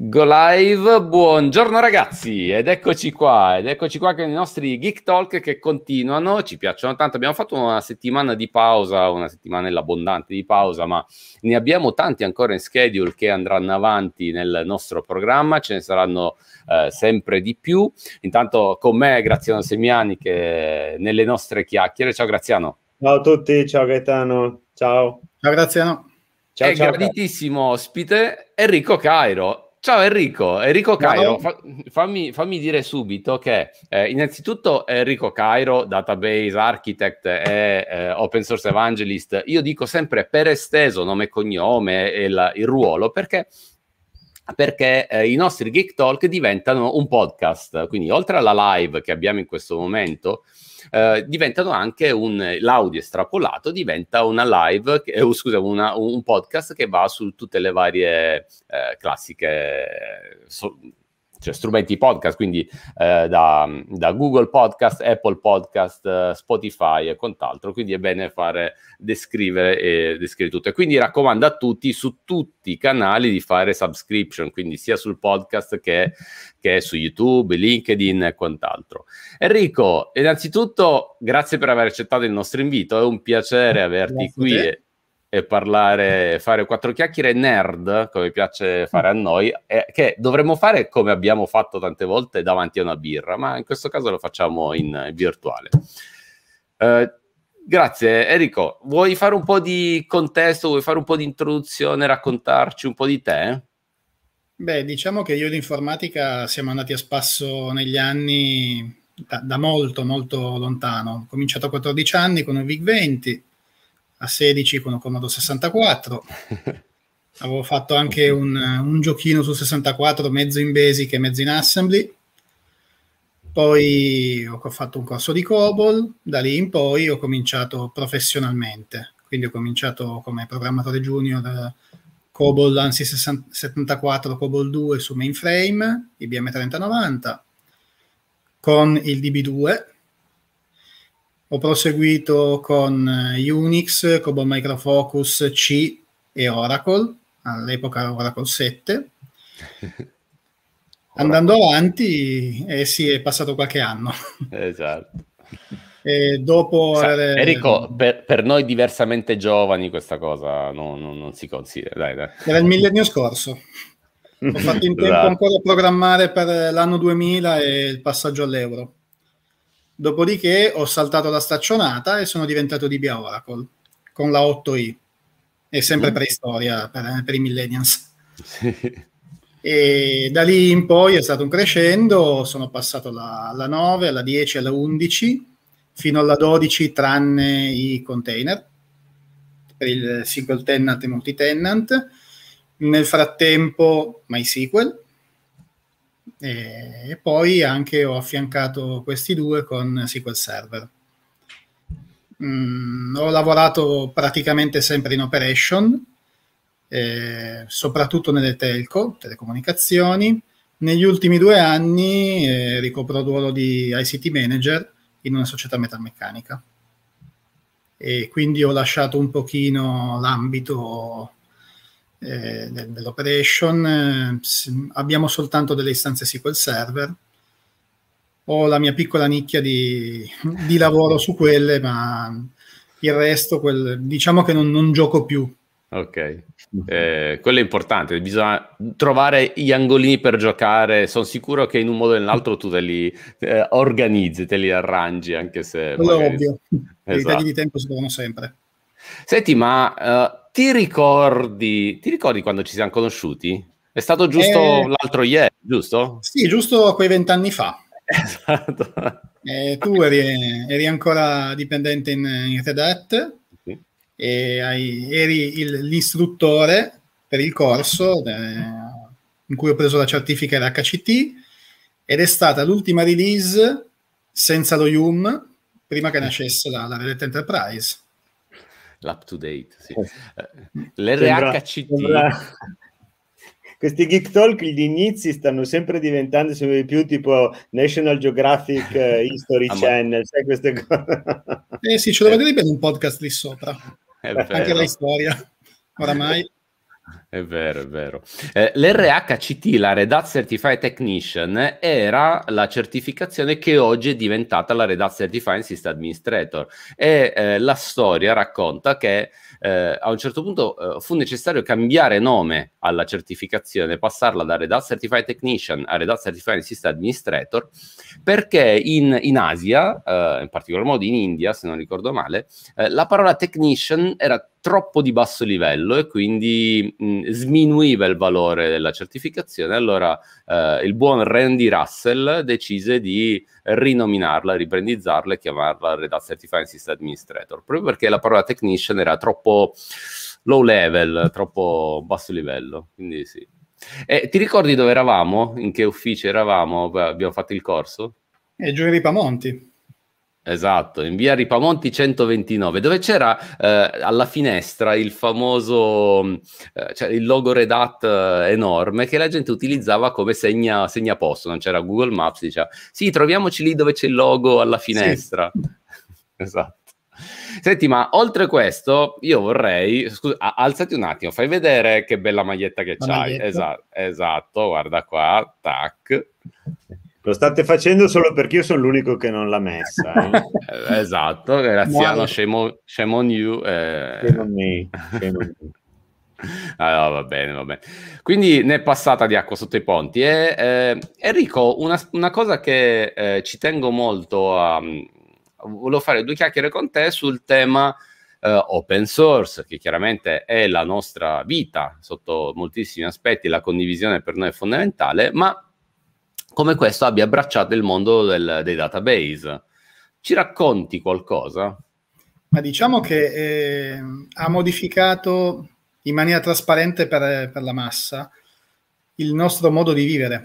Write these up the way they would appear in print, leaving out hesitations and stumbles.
Go live, buongiorno ragazzi ed eccoci qua con i nostri Geek Talk che continuano, ci piacciono tanto. Abbiamo fatto una settimana di pausa, una settimanella abbondante di pausa, ma ne abbiamo tanti ancora in schedule che andranno avanti nel nostro programma, ce ne saranno sempre di più. Intanto con me Graziano Semiani che nelle nostre chiacchiere. Ciao Graziano. Ciao a tutti, ciao Gaetano, ciao. Ciao Graziano. Ciao, graditissimo ospite Enrico Cairo. Ciao Enrico Cairo, fammi dire subito che innanzitutto Enrico Cairo, Database Architect e Open Source Evangelist, io dico sempre per esteso nome e cognome e il ruolo, perché i nostri Geek Talk diventano un podcast, quindi oltre alla live che abbiamo in questo momento, diventano anche l'audio estrapolato diventa una live, un podcast che va su tutte le varie classiche cioè strumenti podcast, quindi da Google Podcast, Apple Podcast, Spotify e quant'altro, quindi è bene descrivere tutto. E quindi raccomando a tutti, su tutti i canali, di fare subscription, quindi sia sul podcast che su YouTube, LinkedIn e quant'altro. Enrico, innanzitutto grazie per aver accettato il nostro invito, è un piacere averti qui e fare quattro chiacchiere nerd, come piace fare a noi, che dovremmo fare come abbiamo fatto tante volte davanti a una birra, ma in questo caso lo facciamo in virtuale. Grazie Enrico, vuoi fare un po' di contesto, vuoi fare un po' di introduzione, raccontarci un po' di te? Beh, diciamo che io e l'informatica siamo andati a spasso negli anni da molto molto lontano. Ho cominciato a 14 anni con un VIC-20, a 16 con un Commodore 64, avevo fatto anche un giochino su 64 mezzo in Basic e mezzo in Assembly, poi ho fatto un corso di COBOL, da lì in poi ho cominciato professionalmente, quindi ho cominciato come programmatore junior COBOL ANSI 74, COBOL 2 su mainframe, IBM 3090, con il DB2, ho proseguito con Unix, COBOL Microfocus, C e Oracle, all'epoca Oracle 7. Andando avanti, sì, è passato qualche anno. Esatto. E dopo Enrico, per noi diversamente giovani questa cosa non si considera. Dai. Era il millennio scorso. Ho fatto in tempo ancora a programmare per l'anno 2000 e il passaggio all'euro. Dopodiché ho saltato la staccionata e sono diventato DB a Oracle con la 8i, è sempre preistoria per i millennials. Sì. E da lì in poi è stato un crescendo, sono passato alla 9, alla 10, alla 11 fino alla 12 tranne i container per il single tenant e multi-tenant. Nel frattempo MySQL, e poi anche ho affiancato questi due con SQL Server. Ho lavorato praticamente sempre in operation, soprattutto nelle telco, telecomunicazioni. Negli ultimi 2 anni ricopro il ruolo di ICT manager in una società metalmeccanica, e quindi ho lasciato un pochino l'ambito dell'operation. Abbiamo soltanto delle istanze SQL Server, ho la mia piccola nicchia di lavoro su quelle, ma il resto diciamo che non gioco più. Ok, quello è importante, bisogna trovare gli angolini per giocare. Sono sicuro che in un modo o nell'altro tu te li organizzi, te li arrangi, anche se quello è ovvio. Esatto. I tagli di tempo si trovano sempre. Senti, ma ti ricordi quando ci siamo conosciuti? È stato giusto l'altro ieri, giusto? Sì, giusto quei 20 anni fa. Esatto. Tu eri ancora dipendente in Red Hat, sì. E eri l'istruttore per il corso in cui ho preso la certifica RHCT, ed è stata l'ultima release senza lo YUM prima che nascesse la Red Hat Enterprise. L'up to date, sì. L'RHCT. Questi Geek Talk, gli inizi stanno sempre diventando sempre di più tipo National Geographic History Channel, sai queste cose? Sì, ce lo vedrei bene un podcast lì sopra. Anche la storia, oramai. È vero, è vero. L'RHCT, la Red Hat Certified Technician, era la certificazione che oggi è diventata la Red Hat Certified System Administrator. E la storia racconta che a un certo punto fu necessario cambiare nome alla certificazione, passarla da Red Hat Certified Technician a Red Hat Certified System Administrator, perché in Asia, in particolar modo in India, se non ricordo male, la parola technician era troppo di basso livello e quindi sminuiva il valore della certificazione. Allora il buon Randy Russell decise di rinominarla, ribrandizzarla e chiamarla Red Hat Certified System Administrator, proprio perché la parola technician era troppo low level, troppo basso livello, quindi sì. Ti ricordi dove eravamo? In che ufficio eravamo? Abbiamo fatto il corso? E giù in Ripamonti. Esatto, in via Ripamonti 129, dove c'era alla finestra il famoso, cioè il logo Red Hat enorme che la gente utilizzava come segnaposto, non c'era Google Maps, diceva sì, troviamoci lì dove c'è il logo alla finestra. Sì. Esatto. Senti, ma oltre questo, io vorrei, scusa, alzati un attimo, fai vedere che bella maglietta che c'hai. Esatto, guarda qua, tac. Lo state facendo solo perché io sono l'unico che non l'ha messa. Esatto, Graziano, shame on you. Shame on me. Allora, va bene. Quindi ne è passata di acqua sotto i ponti. Enrico, una cosa che ci tengo molto a... Volevo fare due chiacchiere con te sul tema open source, che chiaramente è la nostra vita sotto moltissimi aspetti, la condivisione per noi è fondamentale, ma come questo abbia abbracciato il mondo dei database. Ci racconti qualcosa? Ma diciamo che ha modificato in maniera trasparente per la massa il nostro modo di vivere.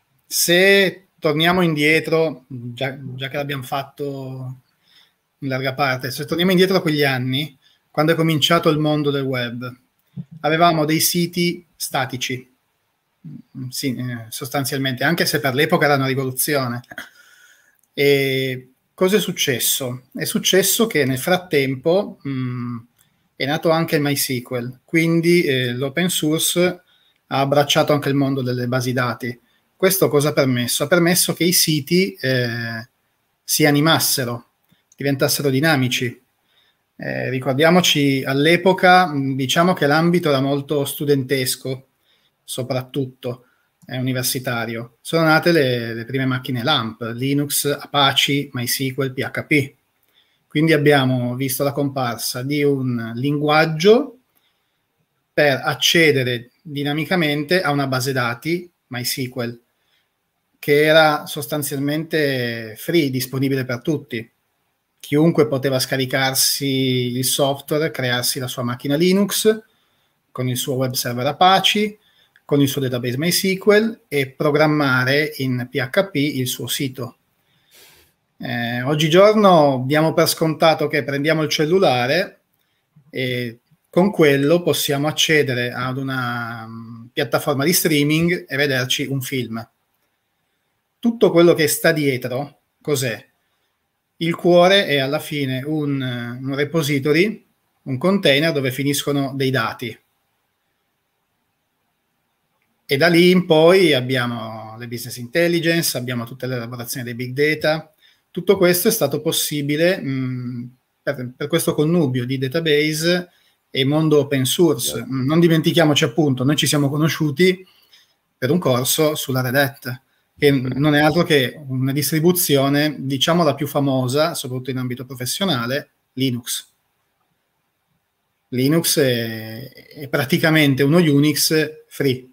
Se torniamo indietro, già che l'abbiamo fatto in larga parte, se torniamo indietro a quegli anni, quando è cominciato il mondo del web, avevamo dei siti statici. Sì, sostanzialmente, anche se per l'epoca era una rivoluzione. E cosa è successo? È successo che nel frattempo è nato anche il MySQL, quindi l'open source ha abbracciato anche il mondo delle basi dati. Questo cosa ha permesso? Ha permesso che i siti si animassero, diventassero dinamici. Ricordiamoci, all'epoca, diciamo che l'ambito era molto studentesco, soprattutto universitario. Sono nate le prime macchine LAMP, Linux, Apache, MySQL, PHP. Quindi abbiamo visto la comparsa di un linguaggio per accedere dinamicamente a una base dati, MySQL, che era sostanzialmente free, disponibile per tutti. Chiunque poteva scaricarsi il software, crearsi la sua macchina Linux con il suo web server Apache, con il suo database MySQL e programmare in PHP il suo sito. Oggigiorno diamo per scontato che prendiamo il cellulare e con quello possiamo accedere ad una piattaforma di streaming e vederci un film. Tutto quello che sta dietro, cos'è? Il cuore è alla fine un repository, un container dove finiscono dei dati. E da lì in poi abbiamo le business intelligence, abbiamo tutte le elaborazioni dei big data. Tutto questo è stato possibile per questo connubio di database e mondo open source. Non dimentichiamoci appunto, noi ci siamo conosciuti per un corso sulla Red Hat, che non è altro che una distribuzione, diciamo la più famosa, soprattutto in ambito professionale, Linux. Linux è praticamente uno Unix free.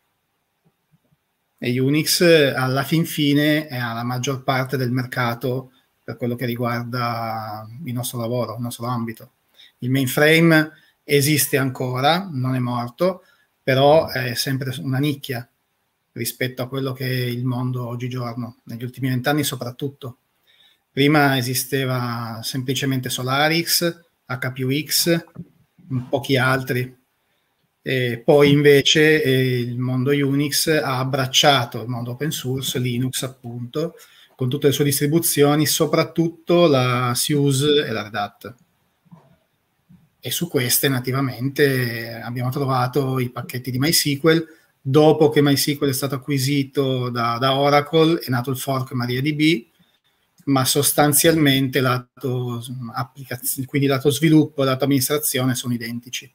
E Unix alla fin fine è la maggior parte del mercato per quello che riguarda il nostro lavoro, il nostro ambito. Il mainframe esiste ancora, non è morto, però è sempre una nicchia rispetto a quello che è il mondo oggigiorno, negli ultimi 20 anni soprattutto. Prima esisteva semplicemente Solarix, HPUX, pochi altri. E poi invece il mondo Unix ha abbracciato il mondo open source, Linux appunto, con tutte le sue distribuzioni, soprattutto la SUSE e la Red Hat. e su queste nativamente abbiamo trovato i pacchetti di MySQL. Dopo che MySQL è stato acquisito da Oracle è nato il fork MariaDB, ma sostanzialmente lato applicazione, quindi lato sviluppo e lato amministrazione sono identici.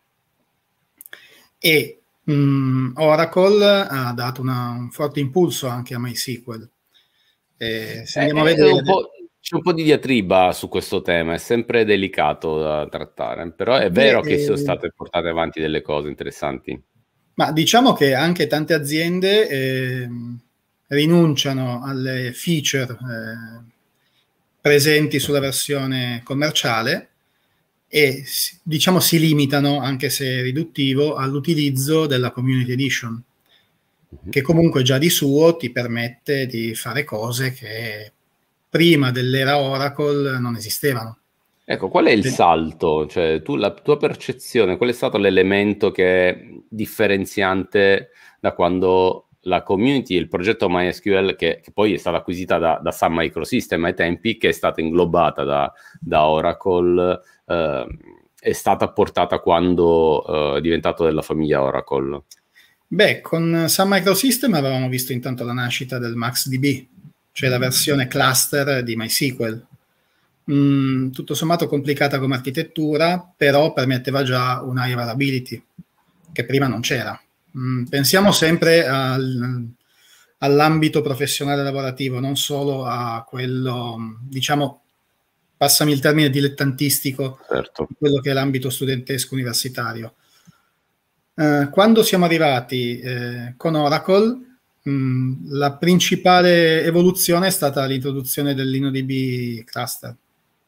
E Oracle ha dato un forte impulso anche a MySQL. Se andiamo a vedere... C'è un po' di diatriba su questo tema, è sempre delicato da trattare, però è vero che sono state portate avanti delle cose interessanti. Ma diciamo che anche tante aziende rinunciano alle feature presenti sulla versione commerciale e diciamo si limitano, anche se riduttivo, all'utilizzo della Community Edition, che comunque già di suo ti permette di fare cose che prima dell'era Oracle non esistevano. Ecco, qual è il salto? Cioè, la tua percezione, qual è stato l'elemento che è differenziante da quando la community, il progetto MySQL, che poi è stata acquisita da Sun Microsystem ai tempi, che è stata inglobata da Oracle, è stata portata quando è diventato della famiglia Oracle? Beh, con Sun Microsystem avevamo visto intanto la nascita del MaxDB, cioè la versione cluster di MySQL. Tutto sommato complicata come architettura, però permetteva già un high availability, che prima non c'era. Pensiamo sempre all'ambito professionale lavorativo, non solo a quello, diciamo, passami il termine dilettantistico, certo, quello che è l'ambito studentesco universitario. Quando siamo arrivati con Oracle, la principale evoluzione è stata l'introduzione dell'InnoDB cluster.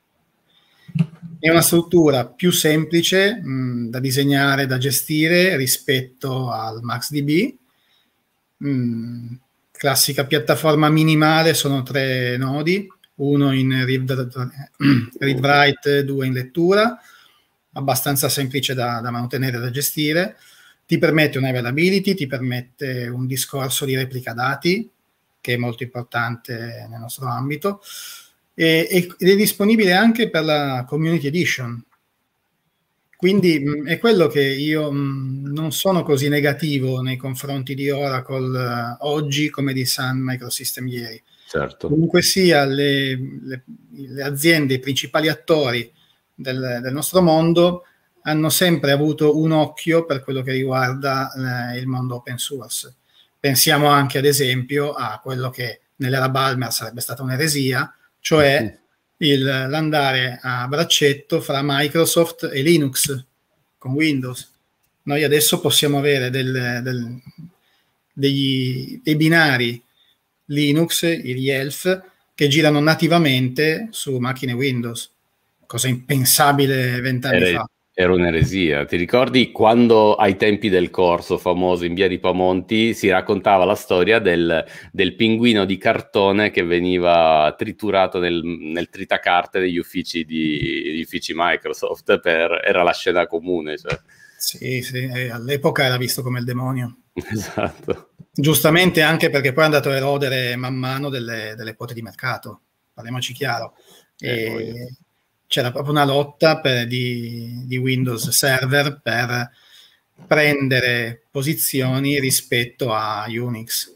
È una struttura più semplice da disegnare, da gestire rispetto al MaxDB. Classica piattaforma minimale, sono 3 nodi, uno in read-write, 2 in lettura, abbastanza semplice da mantenere e da gestire. Ti permette un availability, ti permette un discorso di replica dati, che è molto importante nel nostro ambito, ed è disponibile anche per la Community Edition. Quindi è quello che io non sono così negativo nei confronti di Oracle oggi come di Sun Microsystem ieri. Certo. Comunque sia, le aziende, i principali attori del nostro mondo hanno sempre avuto un occhio per quello che riguarda il mondo open source. Pensiamo anche, ad esempio, a quello che nell'era Balmer sarebbe stata un'eresia, cioè l'andare a braccetto fra Microsoft e Linux con Windows. Noi adesso possiamo avere dei binari Linux, gli ELF, che girano nativamente su macchine Windows, cosa impensabile 20 anni fa. Era un'eresia. Ti ricordi quando ai tempi del corso famoso in via di Pamonti si raccontava la storia del pinguino di cartone che veniva triturato nel tritacarte degli uffici Microsoft? Era la scena comune. Cioè. Sì, all'epoca era visto come il demonio. Esatto. Giustamente, anche perché poi è andato a erodere man mano delle quote di mercato. Parliamoci chiaro. C'era proprio una lotta di Windows Server per prendere posizioni rispetto a Unix.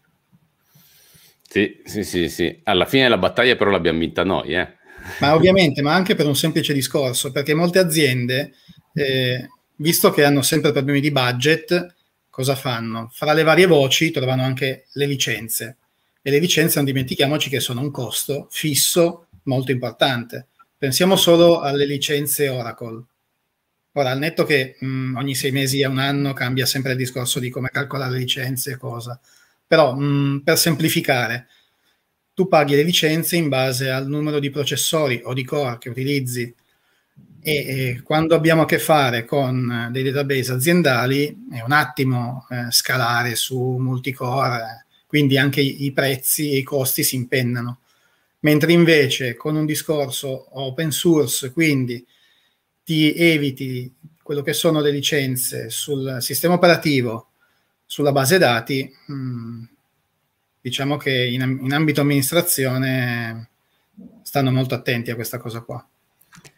Sì. Alla fine la battaglia però l'abbiamo vinta noi, Ma ovviamente, ma anche per un semplice discorso, perché molte aziende, visto che hanno sempre problemi di budget, cosa fanno? Fra le varie voci trovano anche le licenze. E le licenze, non dimentichiamoci che sono un costo fisso molto importante. Pensiamo solo alle licenze Oracle. Ora, al netto che ogni 6 mesi a un anno cambia sempre il discorso di come calcolare le licenze e cosa. Però, per semplificare, tu paghi le licenze in base al numero di processori o di core che utilizzi. E quando abbiamo a che fare con dei database aziendali, è un attimo scalare su multicore, quindi anche i prezzi e i costi si impennano. Mentre invece con un discorso open source, quindi ti eviti quello che sono le licenze sul sistema operativo, sulla base dati, diciamo che in ambito amministrazione stanno molto attenti a questa cosa qua.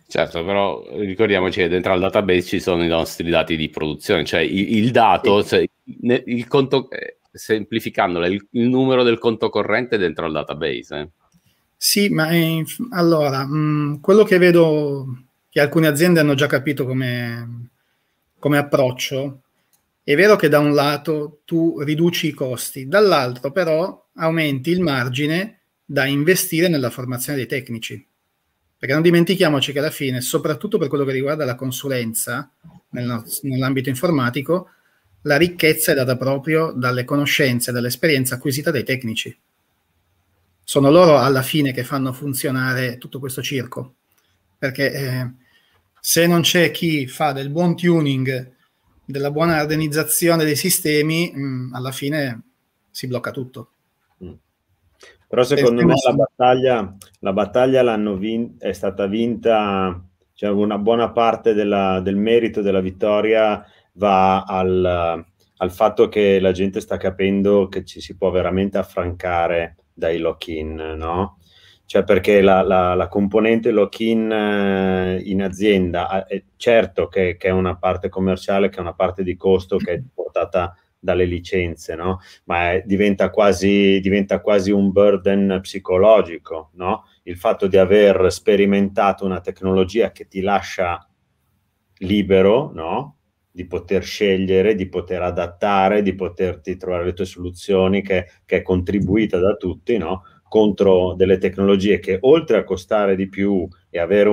Certo, però ricordiamoci che dentro al database ci sono i nostri dati di produzione, cioè il dato, Sì. cioè, il conto, semplificandolo, il numero del conto corrente dentro al database. Sì, ma allora, quello che vedo che alcune aziende hanno già capito come approccio, è vero che da un lato tu riduci i costi, dall'altro però aumenti il margine da investire nella formazione dei tecnici. Perché non dimentichiamoci che alla fine, soprattutto per quello che riguarda la consulenza nell'ambito informatico, la ricchezza è data proprio dalle conoscenze, dall'esperienza acquisita dai tecnici. Sono loro alla fine che fanno funzionare tutto questo circo, perché se non c'è chi fa del buon tuning, della buona organizzazione dei sistemi, alla fine si blocca tutto. Però secondo me la battaglia è stata vinta, cioè una buona parte del merito della vittoria va al fatto che la gente sta capendo che ci si può veramente affrancare dai lock-in, no? Cioè perché la componente lock-in in azienda, certo che è una parte commerciale, che è una parte di costo che è portata dalle licenze, no? Ma diventa quasi un burden psicologico, no? Il fatto di aver sperimentato una tecnologia che ti lascia libero, no? Di poter scegliere, di poter adattare, di poterti trovare le tue soluzioni, che è contribuita da tutti, no? Contro delle tecnologie che oltre a costare di più e avere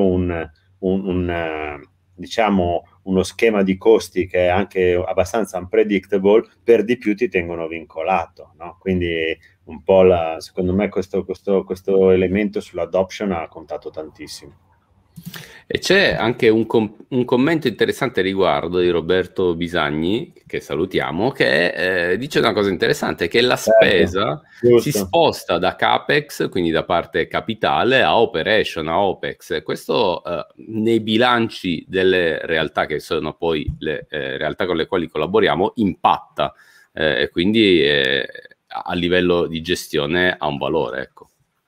diciamo uno schema di costi che è anche abbastanza unpredictable, per di più ti tengono vincolato, no? Quindi un po' secondo me questo elemento sull'adoption ha contato tantissimo. E c'è anche un commento interessante a riguardo di Roberto Bisagni, che salutiamo, che dice una cosa interessante, che la spesa si sposta da CAPEX, quindi da parte capitale, a operation, a OPEX. Questo nei bilanci delle realtà che sono poi le realtà con le quali collaboriamo impatta, e quindi a livello di gestione ha un valore, ecco.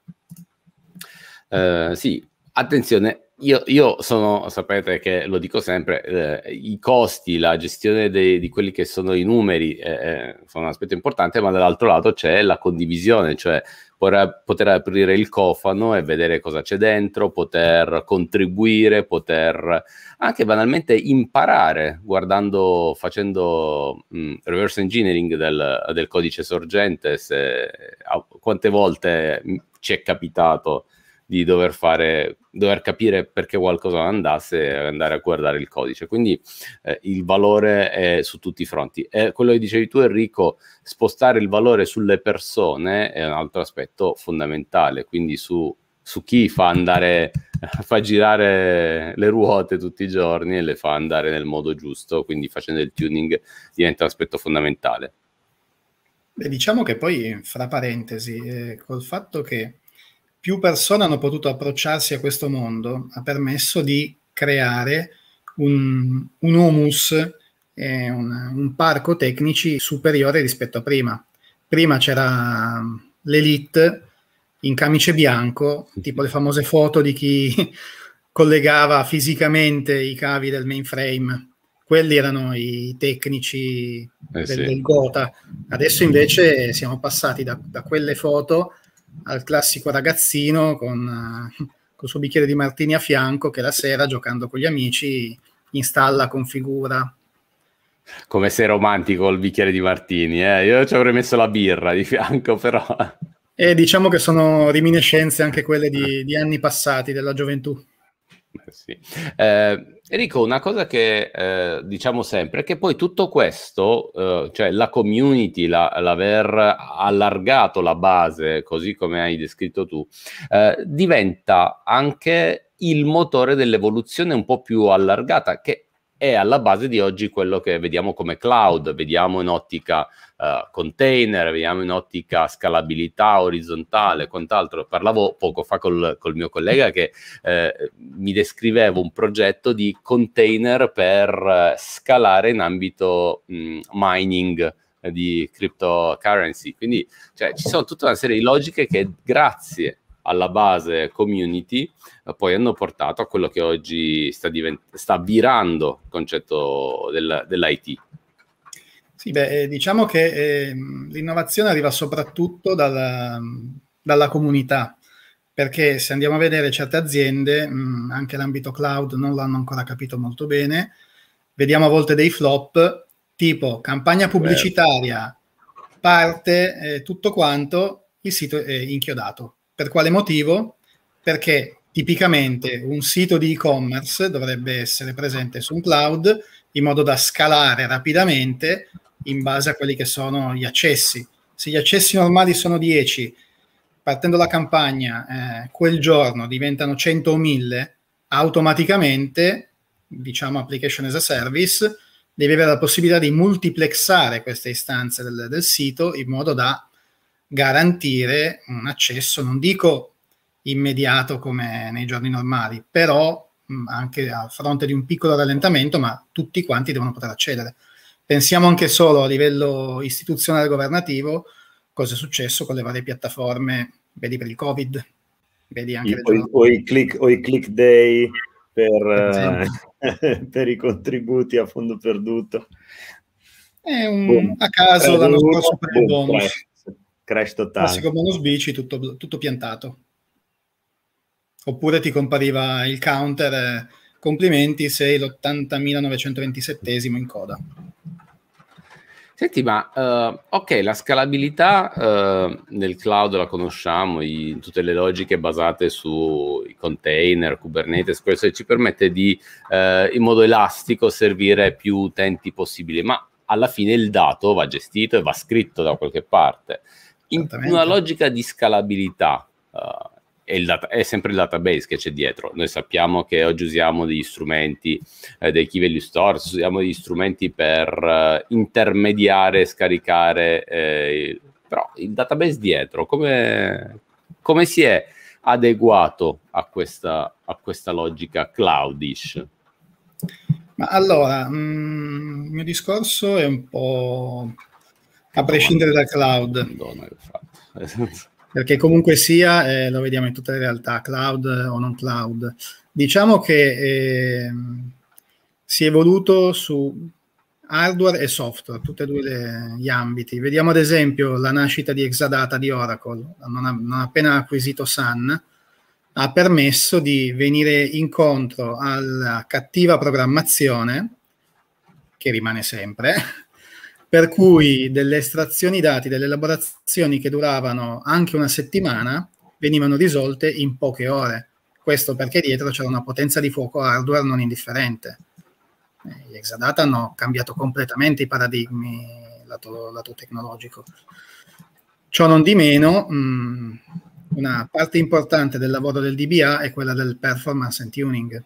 Sì, attenzione. Io sono, sapete che lo dico sempre, i costi, la gestione di quelli che sono i numeri sono un aspetto importante, ma dall'altro lato c'è la condivisione, cioè poter aprire il cofano e vedere cosa c'è dentro, poter contribuire, poter anche banalmente imparare facendo reverse engineering del codice sorgente. Quante volte ci è capitato di dover capire perché qualcosa non andasse e andare a guardare il codice. Quindi il valore è su tutti i fronti. E quello che dicevi tu, Enrico, spostare il valore sulle persone è un altro aspetto fondamentale. Quindi su chi fa girare le ruote tutti i giorni e le fa andare nel modo giusto, quindi facendo il tuning diventa un aspetto fondamentale. Beh, diciamo che poi, fra parentesi, col fatto che più persone hanno potuto approcciarsi a questo mondo, ha permesso di creare un humus e un parco tecnici superiore rispetto a prima. Prima c'era l'elite in camice bianco, tipo le famose foto di chi collegava fisicamente i cavi del mainframe. Quelli erano i tecnici del Gotha. Adesso invece siamo passati da quelle foto al classico ragazzino con il suo bicchiere di martini a fianco, che la sera, giocando con gli amici, installa, configura. Come sei romantico il bicchiere di martini, io ci avrei messo la birra di fianco, però. E diciamo che sono reminiscenze anche quelle di anni passati, della gioventù. Sì. Enrico, una cosa che diciamo sempre è che poi tutto questo, cioè la community, l'aver allargato la base, così come hai descritto tu, diventa anche il motore dell'evoluzione un po' più allargata, che è alla base di oggi quello che vediamo come cloud, vediamo in ottica container, vediamo in ottica scalabilità orizzontale, quant'altro. Parlavo poco fa col mio collega che mi descrivevo un progetto di container per scalare in ambito mining di cryptocurrency. Quindi cioè, ci sono tutta una serie di logiche che grazie alla base community, poi hanno portato a quello che oggi sta virando il concetto dell'IT. Sì, diciamo che l'innovazione arriva soprattutto dalla comunità, perché se andiamo a vedere certe aziende, anche l'ambito cloud non l'hanno ancora capito molto bene, vediamo a volte dei flop, tipo campagna pubblicitaria, parte tutto quanto, il sito è inchiodato. Per quale motivo? Perché tipicamente un sito di e-commerce dovrebbe essere presente su un cloud in modo da scalare rapidamente in base a quelli che sono gli accessi. Se gli accessi normali sono 10, partendo la campagna, quel giorno diventano 100 o 1000, automaticamente, diciamo application as a service, devi avere la possibilità di multiplexare queste istanze del sito in modo da garantire un accesso, non dico immediato come nei giorni normali, però anche a fronte di un piccolo rallentamento, ma tutti quanti devono poter accedere. Pensiamo anche solo a livello istituzionale governativo cosa è successo con le varie piattaforme, vedi per il Covid, vedi anche o i click day per i contributi a fondo perduto. A caso l'anno scorso per il bonus. Crash totale. Classico bonus bici, tutto piantato. Oppure ti compariva il counter, complimenti, sei l'80.927esimo in coda. Senti, ma ok, la scalabilità nel cloud la conosciamo, tutte le logiche basate sui container, Kubernetes, questo ci permette di in modo elastico servire più utenti possibile, ma alla fine il dato va gestito e va scritto da qualche parte. In una logica di scalabilità è sempre il database che c'è dietro. Noi sappiamo che oggi usiamo degli strumenti, dei key value stores, usiamo degli strumenti per intermediare e scaricare, però il database dietro come si è adeguato a questa logica cloudish? Ma allora, il mio discorso è un po' a prescindere dal cloud. Perché comunque sia, lo vediamo in tutte le realtà, cloud o non cloud. Diciamo che si è evoluto su hardware e software, tutti e due gli ambiti. Vediamo ad esempio la nascita di Exadata di Oracle, non appena acquisito Sun, ha permesso di venire incontro alla cattiva programmazione, che rimane sempre, per cui delle estrazioni dati, delle elaborazioni che duravano anche una settimana, venivano risolte in poche ore. Questo perché dietro c'era una potenza di fuoco hardware non indifferente. Gli Exadata hanno cambiato completamente i paradigmi lato tecnologico. Ciò non di meno, una parte importante del lavoro del DBA è quella del performance and tuning.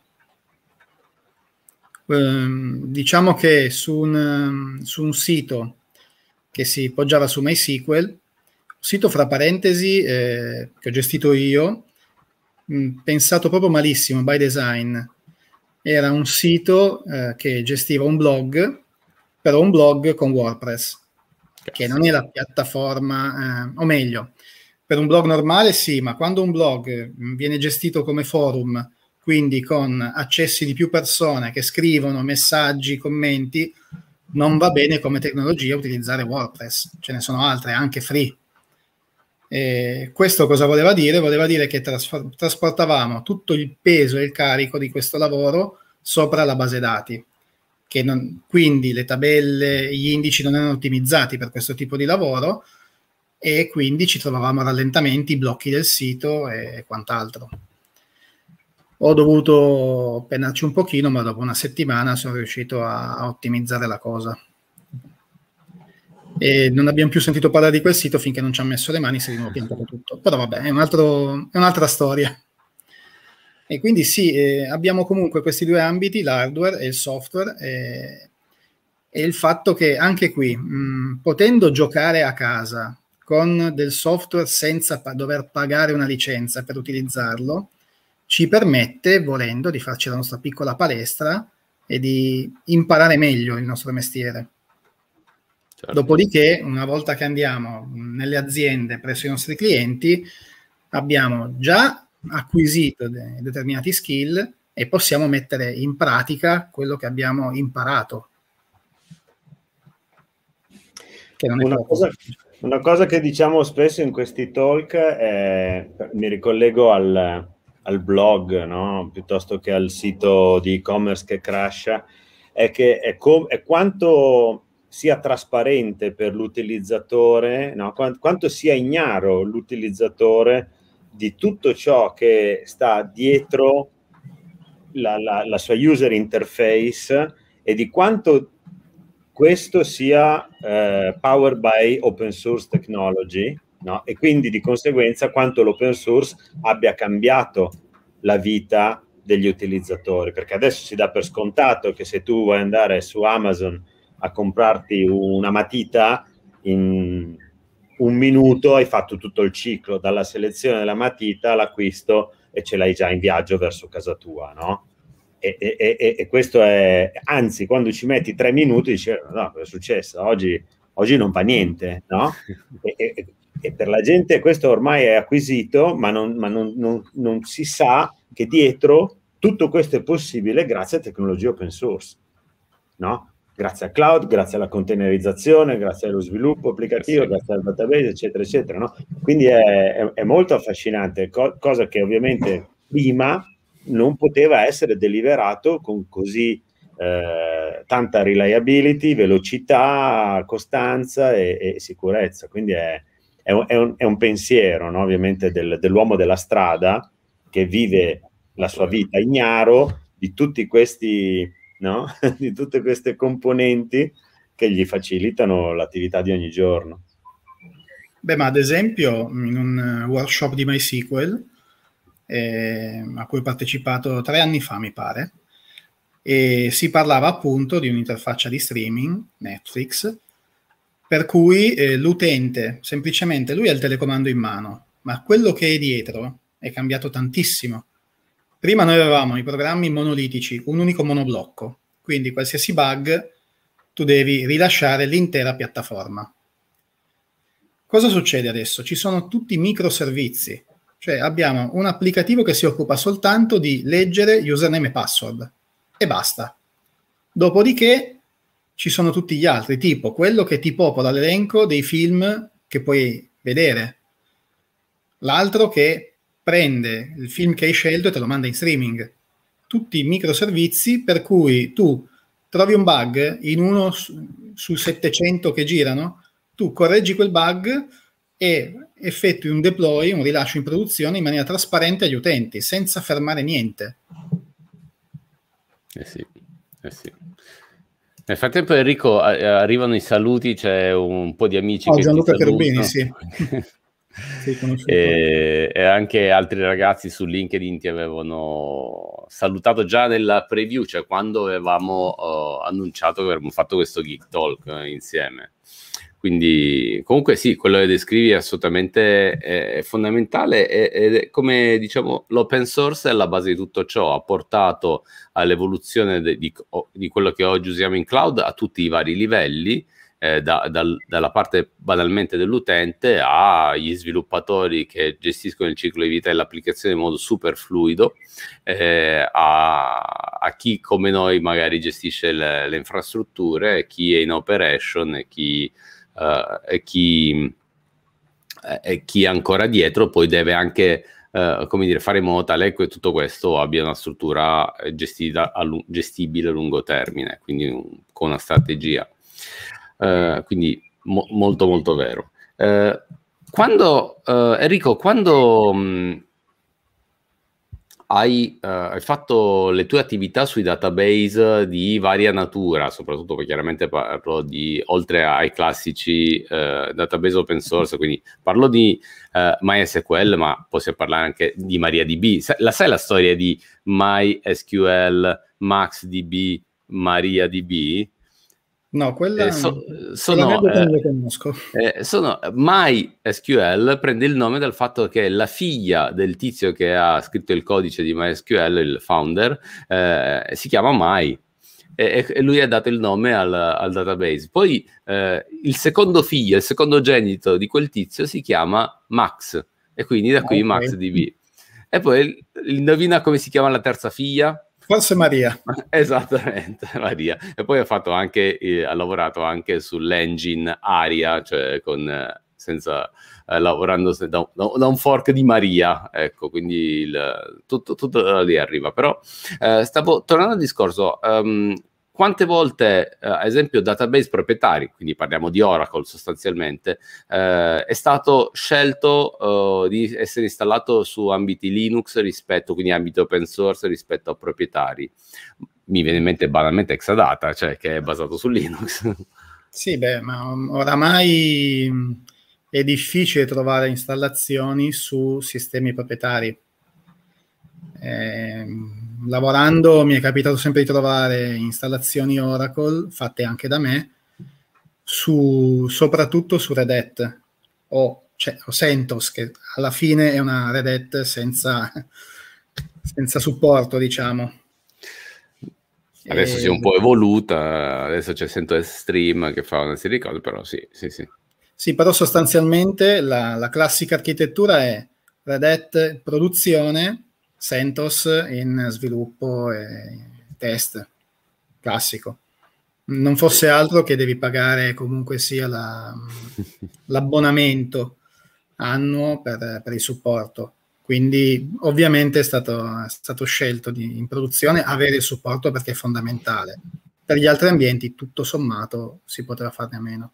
Diciamo che su un sito che si poggiava su MySQL, un sito fra parentesi che ho gestito io, pensato proprio malissimo, by design, era un sito che gestiva un blog, però un blog con WordPress, che non è la piattaforma, o meglio, per un blog normale sì, ma quando un blog viene gestito come forum, quindi con accessi di più persone che scrivono messaggi, commenti, non va bene come tecnologia utilizzare WordPress. Ce ne sono altre, anche free. E questo cosa voleva dire? Voleva dire che trasportavamo tutto il peso e il carico di questo lavoro sopra la base dati, quindi le tabelle, gli indici non erano ottimizzati per questo tipo di lavoro e quindi ci trovavamo rallentamenti, blocchi del sito e quant'altro. Ho dovuto pennarci un pochino, ma dopo una settimana sono riuscito a ottimizzare la cosa. E non abbiamo più sentito parlare di quel sito finché non ci ha messo le mani, si è di nuovo piantato tutto. Però vabbè, è un'altra storia. E quindi sì, abbiamo comunque questi due ambiti, l'hardware e il software, e il fatto che anche qui, potendo giocare a casa con del software senza dover pagare una licenza per utilizzarlo, ci permette, volendo, di farci la nostra piccola palestra e di imparare meglio il nostro mestiere. Certo. Dopodiché, una volta che andiamo nelle aziende presso i nostri clienti, abbiamo già acquisito determinati skill e possiamo mettere in pratica quello che abbiamo imparato. Che non è una cosa che diciamo spesso in questi talk, mi ricollego al blog, no? Piuttosto che al sito di e-commerce che crasha, è che è quanto sia trasparente per l'utilizzatore, no? Quanto sia ignaro l'utilizzatore di tutto ciò che sta dietro la sua user interface e di quanto questo sia powered by open source technology, no? E quindi di conseguenza quanto l'open source abbia cambiato la vita degli utilizzatori, perché adesso si dà per scontato che se tu vuoi andare su Amazon a comprarti una matita, in un minuto hai fatto tutto il ciclo, dalla selezione della matita all'acquisto, e ce l'hai già in viaggio verso casa tua, no? E questo è, anzi, quando ci metti 3 minuti dici no, cosa è successo? Oggi non fa niente, no? E per la gente questo ormai è acquisito, ma non si sa che dietro tutto questo è possibile grazie a tecnologie open source, no? Grazie al cloud, grazie alla containerizzazione, grazie allo sviluppo applicativo, grazie al database, eccetera, eccetera, no? Quindi è molto affascinante, cosa che ovviamente prima non poteva essere deliberato con così tanta reliability, velocità, costanza e sicurezza. Quindi è un pensiero, no? Ovviamente dell'uomo della strada che vive la sua vita ignaro di tutti questi, no? Di tutte queste componenti che gli facilitano l'attività di ogni giorno. Beh, ma ad esempio in un workshop di MySQL a cui ho partecipato 3 anni fa, mi pare, e si parlava appunto di un'interfaccia di streaming, Netflix, per cui l'utente, semplicemente lui ha il telecomando in mano, ma quello che è dietro è cambiato tantissimo. Prima noi avevamo i programmi monolitici, un unico monoblocco, quindi qualsiasi bug tu devi rilasciare l'intera piattaforma. Cosa succede adesso? Ci sono tutti microservizi, cioè abbiamo un applicativo che si occupa soltanto di leggere username e password e basta. Dopodiché ci sono tutti gli altri, tipo quello che ti popola l'elenco dei film che puoi vedere, l'altro che prende il film che hai scelto e te lo manda in streaming. Tutti microservizi per cui tu trovi un bug in uno su 700 che girano, tu correggi quel bug e effettui un deploy, un rilascio in produzione in maniera trasparente agli utenti, senza fermare niente. Sì. Nel frattempo, Enrico, arrivano i saluti, c'è un po' di amici che Gianluca ti salutano. Cherubini, sì. E anche altri ragazzi su LinkedIn ti avevano salutato già nella preview, cioè quando avevamo annunciato che avremmo fatto questo Geek Talk insieme. Quindi comunque sì, quello che descrivi è assolutamente è fondamentale ed come diciamo l'open source è alla base di tutto ciò, ha portato all'evoluzione di quello che oggi usiamo in cloud a tutti i vari livelli, dalla parte banalmente dell'utente agli sviluppatori che gestiscono il ciclo di vita dell'applicazione in modo super fluido, a chi come noi magari gestisce le infrastrutture, chi è in operation e chi è ancora dietro poi deve anche come dire, fare in modo tale che tutto questo abbia una struttura gestibile a lungo termine, quindi con una strategia. Quindi molto molto vero. Enrico, quando hai fatto le tue attività sui database di varia natura, soprattutto poi chiaramente parlo oltre ai classici database open source, quindi parlo di MySQL, ma possiamo parlare anche di MariaDB. Sai la storia di MySQL, MaxDB, MariaDB? No, quella sono MySQL prende il nome dal fatto che la figlia del tizio che ha scritto il codice di MySQL, il founder, si chiama My e lui ha dato il nome al database. Poi il secondo figlio, il secondogenito di quel tizio si chiama Max e quindi da qui MaxDB. E poi indovina come si chiama la terza figlia? Forse Maria. Esattamente, Maria. E poi ha lavorato anche sull'engine Aria, cioè lavorando da un fork di Maria, ecco, quindi tutto da lì arriva. Però stavo tornando al discorso, quante volte, ad esempio, database proprietari, quindi parliamo di Oracle sostanzialmente, è stato scelto di essere installato su ambiti Linux quindi ambito open source rispetto a proprietari? Mi viene in mente banalmente Exadata, cioè che è basato su Linux. Sì, ma oramai è difficile trovare installazioni su sistemi proprietari. Lavorando mi è capitato sempre di trovare installazioni Oracle fatte anche da me soprattutto su Red Hat o CentOS, che alla fine è una Red Hat senza supporto, diciamo. Adesso si è un po' evoluta, adesso c'è CentOS Stream che fa una serie di cose, però sì. Sì, però sostanzialmente la classica architettura è Red Hat produzione, CentOS in sviluppo e test, classico. Non fosse altro che devi pagare comunque sia l'abbonamento annuo per il supporto. Quindi ovviamente è stato scelto in produzione avere il supporto perché è fondamentale. Per gli altri ambienti, tutto sommato, si poteva farne a meno.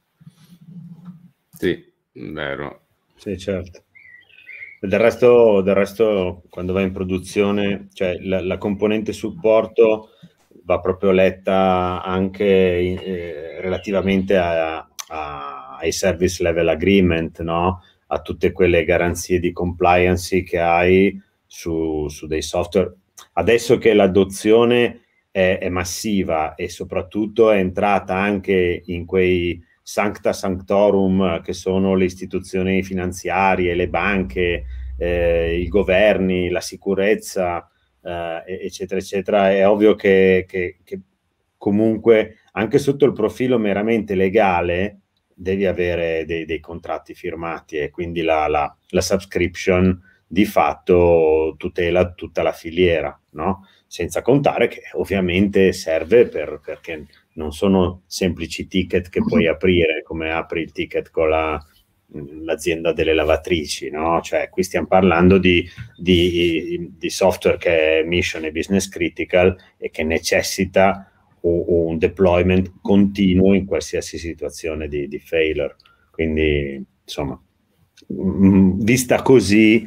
Sì, vero. Sì, certo. Del resto, quando vai in produzione, cioè la componente supporto va proprio letta anche relativamente ai service level agreement, no? A tutte quelle garanzie di compliance che hai su dei software. Adesso che l'adozione è massiva e soprattutto è entrata anche in quei sancta sanctorum che sono le istituzioni finanziarie, le banche, i governi, la sicurezza, eccetera, eccetera, è ovvio che comunque anche sotto il profilo meramente legale devi avere dei contratti firmati e quindi la subscription di fatto tutela tutta la filiera, no? Senza contare che ovviamente serve perché non sono semplici ticket che puoi aprire come apri il ticket con l'azienda delle lavatrici, no? Cioè qui stiamo parlando di software che è mission e business critical e che necessita un deployment continuo in qualsiasi situazione di failure. Quindi insomma, vista così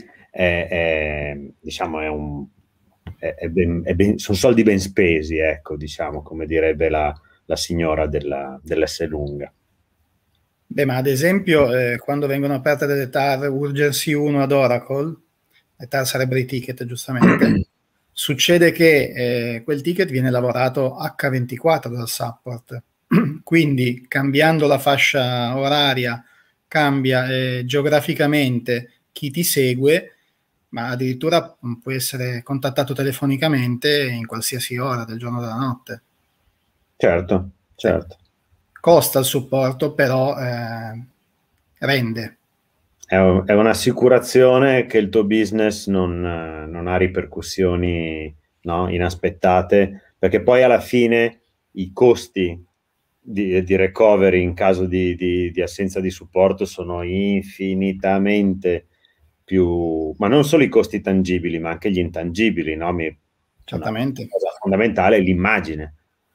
diciamo sono soldi ben spesi, ecco, diciamo, come direbbe la signora dell'Esselunga. Beh, ma ad esempio quando vengono aperte delle TAR Urgency 1 ad Oracle, le TAR sarebbero i ticket, giustamente, succede che quel ticket viene lavorato H24 dal support, quindi cambiando la fascia oraria cambia geograficamente chi ti segue, ma addirittura può essere contattato telefonicamente in qualsiasi ora del giorno o della notte. Certo. Costa il supporto, però rende. È un'assicurazione che il tuo business non ha ripercussioni, no, inaspettate, perché poi alla fine i costi di recovery in caso di assenza di supporto sono infinitamente più, ma non solo i costi tangibili, ma anche gli intangibili, no? Certamente. Una cosa fondamentale è l'immagine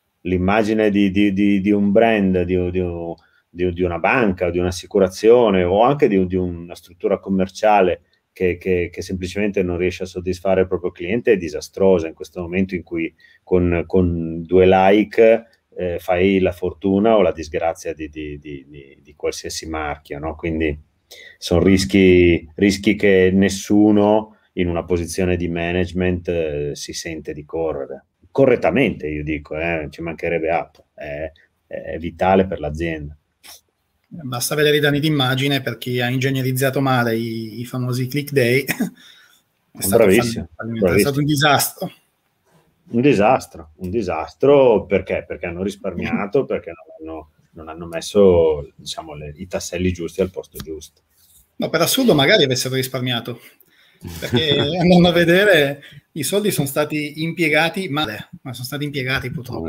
di un brand, di una banca, di un'assicurazione o anche di una struttura commerciale che semplicemente non riesce a soddisfare il proprio cliente è disastrosa in questo momento in cui con 2 like fai la fortuna o la disgrazia di qualsiasi marchio, no? Quindi sono rischi che nessuno in una posizione di management si sente di correre. Correttamente, io dico, ci mancherebbe altro, è vitale per l'azienda. Basta vedere i danni d'immagine per chi ha ingegnerizzato male i famosi click day. È stato un disastro. Un disastro perché hanno risparmiato, perché non hanno messo, diciamo, i tasselli giusti al posto giusto. No, per assurdo magari avessero risparmiato, perché andando a vedere i soldi sono stati impiegati male, ma sono stati impiegati purtroppo.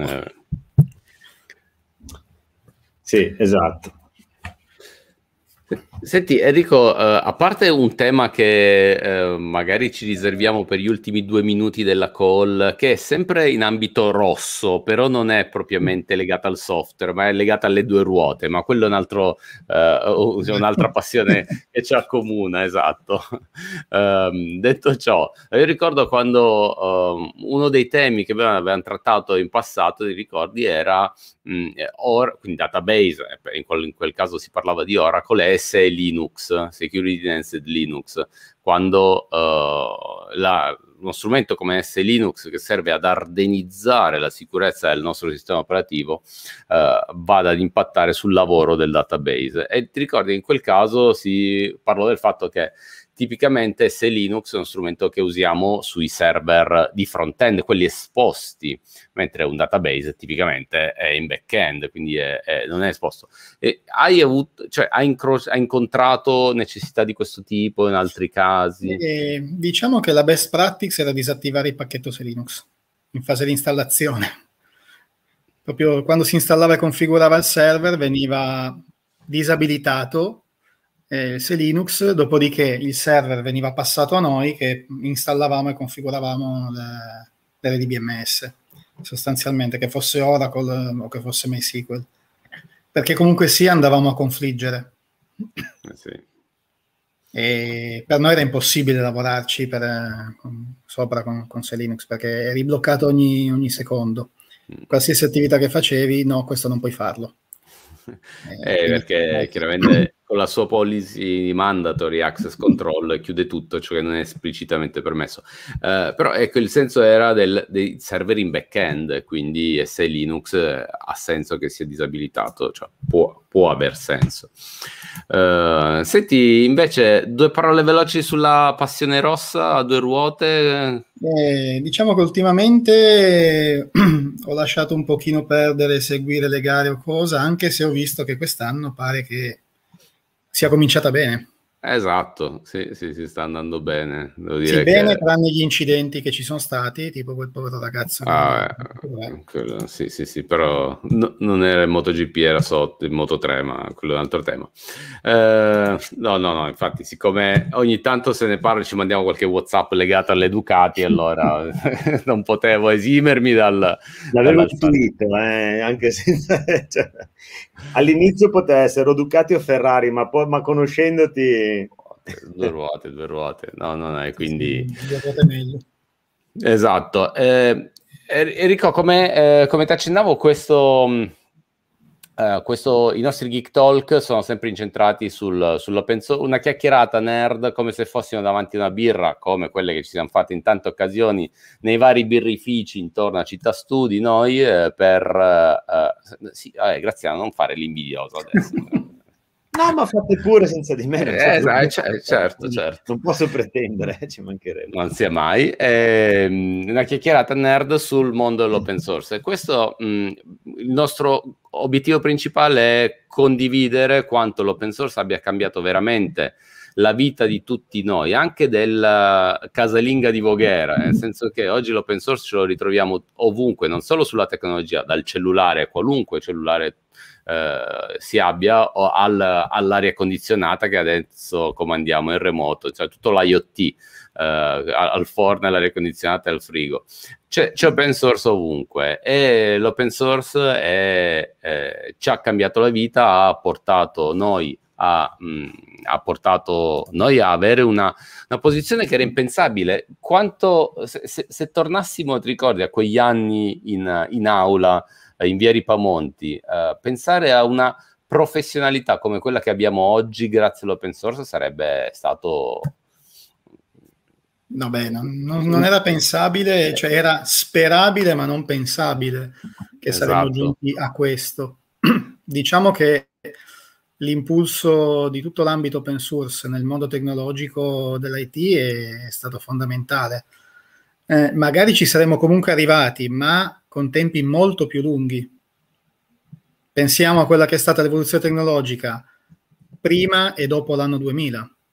Sì, esatto. Senti Enrico, a parte un tema che magari ci riserviamo per gli ultimi 2 minuti della call, che è sempre in ambito rosso, però non è propriamente legata al software, ma è legata alle 2 ruote, ma quello è un'altra passione che ci accomuna, esatto. Detto ciò, io ricordo quando uno dei temi che avevamo trattato in passato, ti ricordi, era quindi database, in quel caso si parlava di Oracle, e Linux, Security Enhanced Linux, quando uno strumento come Linux, che serve ad ardenizzare la sicurezza del nostro sistema operativo, vada ad impattare sul lavoro del database. E ti ricordi, in quel caso si parlò del fatto che tipicamente Linux è uno strumento che usiamo sui server di front-end, quelli esposti, mentre un database tipicamente è in back-end, quindi non è esposto. E hai incontrato necessità di questo tipo in altri casi? Diciamo che la best practice era disattivare il pacchetto Linux in fase di installazione. Proprio quando si installava e configurava il server veniva disabilitato Linux, dopodiché il server veniva passato a noi che installavamo e configuravamo le DBMS, sostanzialmente, che fosse Oracle o che fosse MySQL, perché comunque sì, andavamo a confliggere. Sì. E per noi era impossibile lavorarci sopra con Linux, perché eri bloccato ogni secondo. Qualsiasi attività che facevi, no, questo non puoi farlo. Perché chiaramente con la sua policy mandatory access control chiude tutto, cioè non è esplicitamente permesso. Però ecco, il senso era dei server in back-end, quindi Linux ha senso che sia disabilitato, cioè può aver senso. Senti, invece, 2 parole veloci sulla passione rossa a 2 ruote. Diciamo che ultimamente ho lasciato un pochino perdere seguire le gare o cosa, anche se ho visto che quest'anno pare che sia cominciata bene. Esatto, sì, si sta andando bene. Devo dire sì, bene, tranne gli incidenti che ci sono stati, tipo quel povero ragazzo. Sì, però non era in MotoGP, era sotto in Moto3, ma quello è un altro tema. No, infatti, siccome ogni tanto se ne parla, ci mandiamo qualche WhatsApp legato alle Ducati, allora non potevo esimermi l'avevo intuito, anche senza... cioè, all'inizio poteva essere o Ducati o Ferrari, ma conoscendoti... Due ruote, no, quindi... Due ruote meglio. Esatto. Enrico, come ti accennavo, i nostri Geek Talk sono sempre incentrati sull'open source, una chiacchierata nerd come se fossimo davanti a una birra, come quelle che ci siamo fatte in tante occasioni nei vari birrifici intorno a Città Studi, noi Graziano, non fare l'invidioso adesso. No, ma fate pure senza di me. Certo. Non posso pretendere, ci mancherebbe. Non sia mai. Una chiacchierata nerd sul mondo dell'open source. E questo, il nostro obiettivo principale è condividere quanto l'open source abbia cambiato veramente la vita di tutti noi, anche della casalinga di Voghera, nel senso che oggi l'open source ce lo ritroviamo ovunque, non solo sulla tecnologia, dal cellulare, qualunque cellulare si abbia, o all'aria condizionata che adesso comandiamo in remoto, cioè tutto l'IoT, al forno, all'aria condizionata e al frigo. C'è open source ovunque, e l'open source ci ha cambiato la vita, ha portato noi a avere una posizione che era impensabile. Se tornassimo, ti ricordi, a quegli anni in aula in via Ripamonti, pensare a una professionalità come quella che abbiamo oggi grazie all'open source sarebbe stato... No, beh, non era pensabile, cioè era sperabile ma non pensabile che saremmo giunti a questo. Diciamo che l'impulso di tutto l'ambito open source nel mondo tecnologico dell'IT è stato fondamentale. Magari ci saremmo comunque arrivati, ma con tempi molto più lunghi. Pensiamo a quella che è stata l'evoluzione tecnologica prima e dopo l'anno 2000.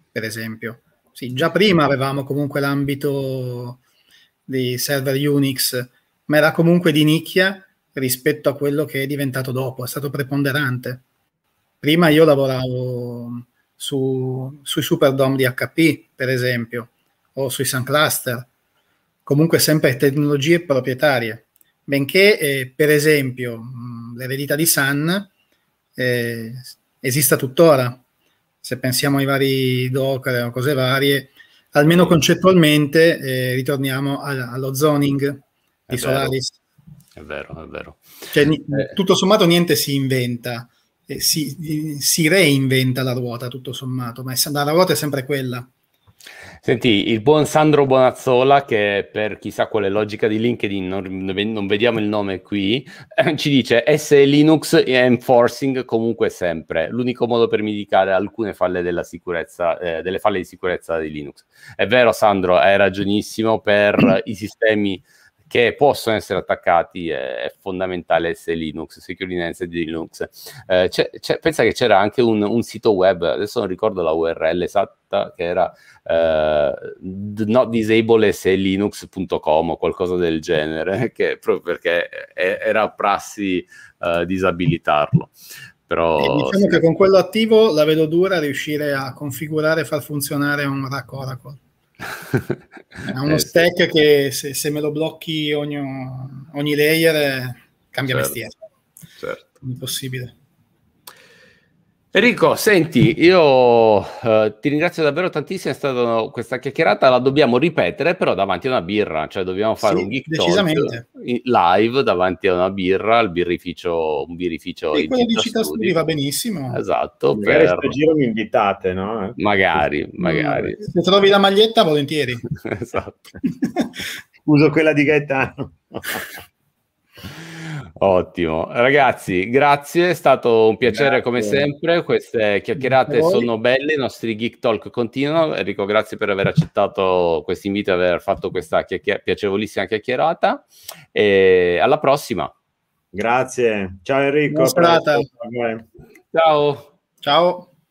per esempio. Sì, già prima avevamo comunque l'ambito dei server Unix, ma era comunque di nicchia rispetto a quello che è diventato dopo, è stato preponderante. Prima io lavoravo sui Superdome di HP, per esempio, o sui Sun Cluster, comunque sempre tecnologie proprietarie, benché per esempio l'eredità di Sun esista tuttora. Se pensiamo ai vari Docker o cose varie, almeno concettualmente ritorniamo allo zoning di Solaris. È vero, è vero. Cioè, tutto sommato niente si inventa, si reinventa la ruota, tutto sommato, ma la ruota è sempre quella. Senti, il buon Sandro Bonazzola, che per chissà quale logica di LinkedIn, non vediamo il nome qui, ci dice SE Linux e enforcing comunque sempre, l'unico modo per mitigare alcune falle della sicurezza, delle falle di sicurezza di Linux. È vero Sandro, hai ragionissimo, per i sistemi che possono essere attaccati è fondamentale SE Linux, Secure Linux di Linux. Pensa che c'era anche un sito web, adesso non ricordo la URL esatta, che era notdisableselinux.com o qualcosa del genere, che proprio perché era prassi disabilitarlo. Però diciamo che con quello attivo la vedo dura riuscire a configurare e far funzionare un rack Oracle. È uno stack che se me lo blocchi ogni layer cambia mestiere. Certo. Impossibile. Enrico, senti, io ti ringrazio davvero tantissimo, è stata questa chiacchierata, la dobbiamo ripetere però davanti a una birra, cioè dobbiamo fare un Geek Talk live davanti a una birra, al birrificio, un birrificio in quello di Città Studi va benissimo. Esatto. Magari sto giro mi invitate, no? Magari. Se trovi la maglietta, volentieri. Esatto. Uso quella di Gaetano. Ottimo, ragazzi, grazie, è stato un piacere come sempre, queste chiacchierate sono belle, i nostri Geek Talk continuano. Enrico, grazie per aver accettato questo invito e aver fatto questa piacevolissima chiacchierata, e alla prossima. Grazie, ciao Enrico. Buona serata. Ciao.